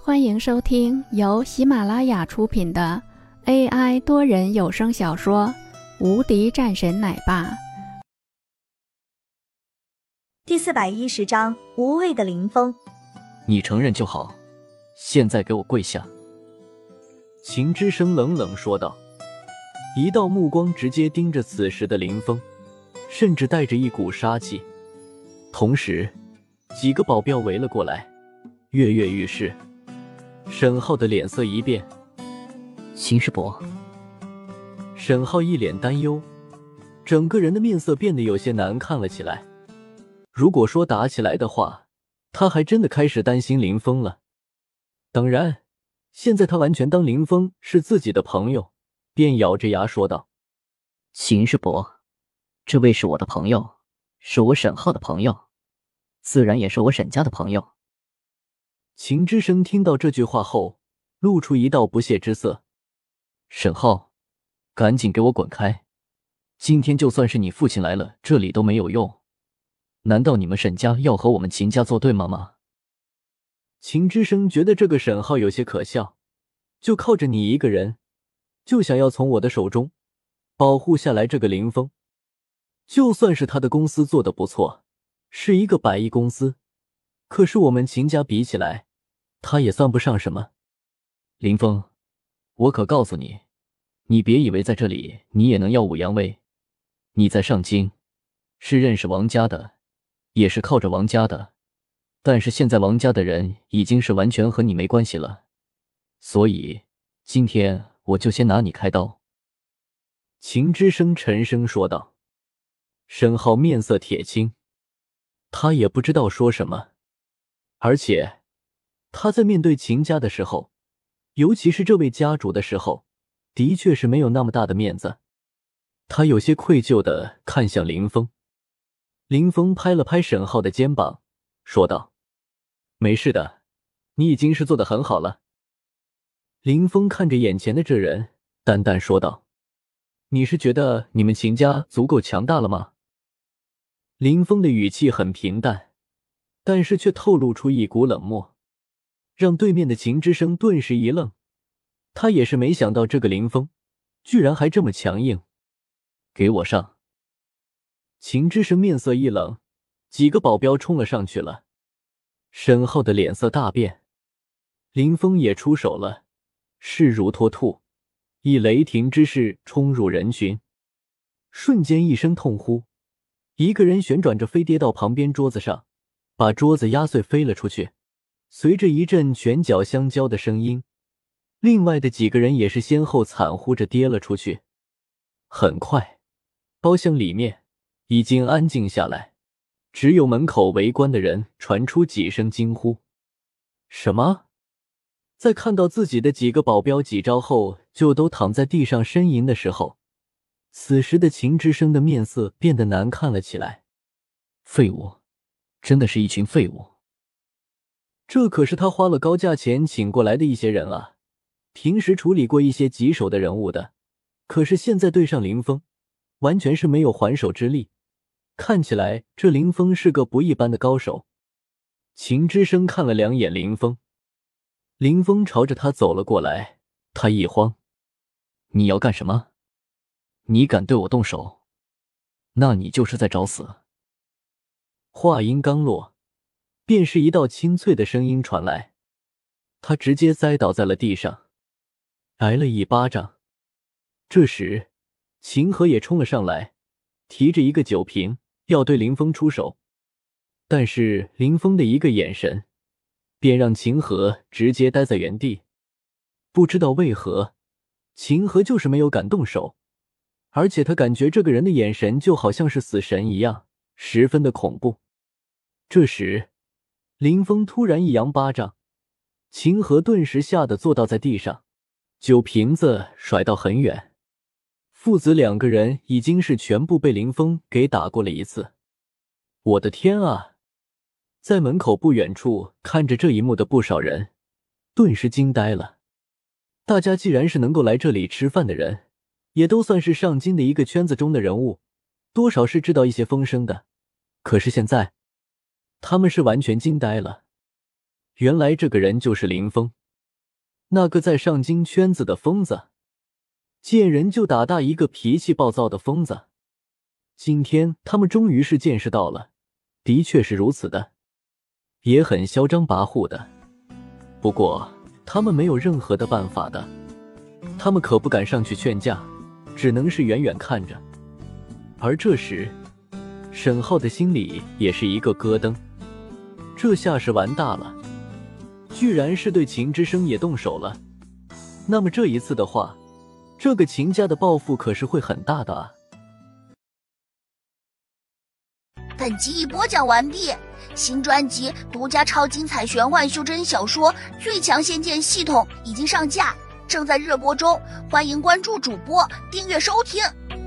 欢迎收听由喜马拉雅出品的 AI 多人有声小说《无敌战神奶爸》 第410章无畏的林峰。 你承认就好，现在给我跪下。秦之声冷冷说道，一道目光直接盯着此时的林峰，甚至带着一股杀气。同时几个保镖围了过来，跃跃欲试。沈浩的脸色一变， 秦师伯。 沈浩一脸担忧，整个人的面色变得有些难看了起来。如果说打起来的话，他还真的开始担心林峰了。当然，现在他完全当林峰是自己的朋友，便咬着牙说道： 秦师伯，这位是我的朋友，是我沈浩的朋友，自然也是我沈家的朋友。 秦之声听到这句话后，露出一道不屑之色。沈浩，赶紧给我滚开！今天就算是你父亲来了，这里都没有用。难道你们沈家要和我们秦家作对吗？秦之声觉得这个沈浩有些可笑，就靠着你一个人，就想要从我的手中保护下来这个林峰。就算是他的公司做得不错，是一个100亿公司，可是我们秦家比起来，他也算不上什么。林峰，我可告诉你，你别以为在这里你也能耀武扬威。你在上京是认识王家的，也是靠着王家的，但是现在王家的人已经是完全和你没关系了，所以今天我就先拿你开刀。秦之声沉声说道。沈浩面色铁青，他也不知道说什么，而且他在面对秦家的时候，尤其是这位家主的时候，的确是没有那么大的面子。他有些愧疚地看向林峰。林峰拍了拍沈浩的肩膀，说道：没事的，你已经是做得很好了。林峰看着眼前的这人，淡淡说道：你是觉得你们秦家足够强大了吗？林峰的语气很平淡，但是却透露出一股冷漠，让对面的秦之声顿时一愣。他也是没想到这个林峰居然还这么强硬。给我上！秦之声面色一冷，几个保镖冲了上去了。沈浩的脸色大变，林峰也出手了，势如脱兔，以雷霆之势冲入人群。瞬间一声痛呼，一个人旋转着飞跌到旁边桌子上，把桌子压碎飞了出去。随着一阵拳脚相交的声音，另外的几个人也是先后惨呼着跌了出去。很快，包厢里面已经安静下来，只有门口围观的人传出几声惊呼。什么？在看到自己的几个保镖几招后就都躺在地上呻吟的时候，此时的秦之声的面色变得难看了起来。废物，真的是一群废物。这可是他花了高价钱请过来的一些人啊，平时处理过一些棘手的人物的，可是现在对上林峰，完全是没有还手之力。看起来这林峰是个不一般的高手。秦之声看了两眼林峰，林峰朝着他走了过来，他一慌：你要干什么？你敢对我动手，那你就是在找死。话音刚落，便是一道清脆的声音传来，他直接栽倒在了地上，挨了一巴掌。这时秦河也冲了上来，提着一个酒瓶要对林峰出手，但是林峰的一个眼神便让秦河直接待在原地。不知道为何，秦河就是没有敢动手，而且他感觉这个人的眼神就好像是死神一样，十分的恐怖。这时林峰突然一扬巴掌，秦河顿时吓得坐倒在地上，酒瓶子甩到很远。父子两个人已经是全部被林峰给打过了一次。我的天啊！在门口不远处看着这一幕的不少人顿时惊呆了。大家既然是能够来这里吃饭的人，也都算是上京的一个圈子中的人物，多少是知道一些风声的，可是现在他们是完全惊呆了。 原来这个人就是林峰，那个在上京圈子的疯子，见人就打大一个脾气暴躁的疯子。今天他们终于是见识到了，的确是如此的，也很嚣张跋扈的。不过他们没有任何的办法的，他们可不敢上去劝架，只能是远远看着。而这时沈浩的心里也是一个咯噔，这下是完大了，居然是对秦之声也动手了。那么这一次的话，这个秦家的报复可是会很大的啊。 本集已播讲完毕，新专辑独家超精彩玄幻修真小说《最强仙剑系统》已经上架，正在热播中，欢迎关注主播，订阅收听。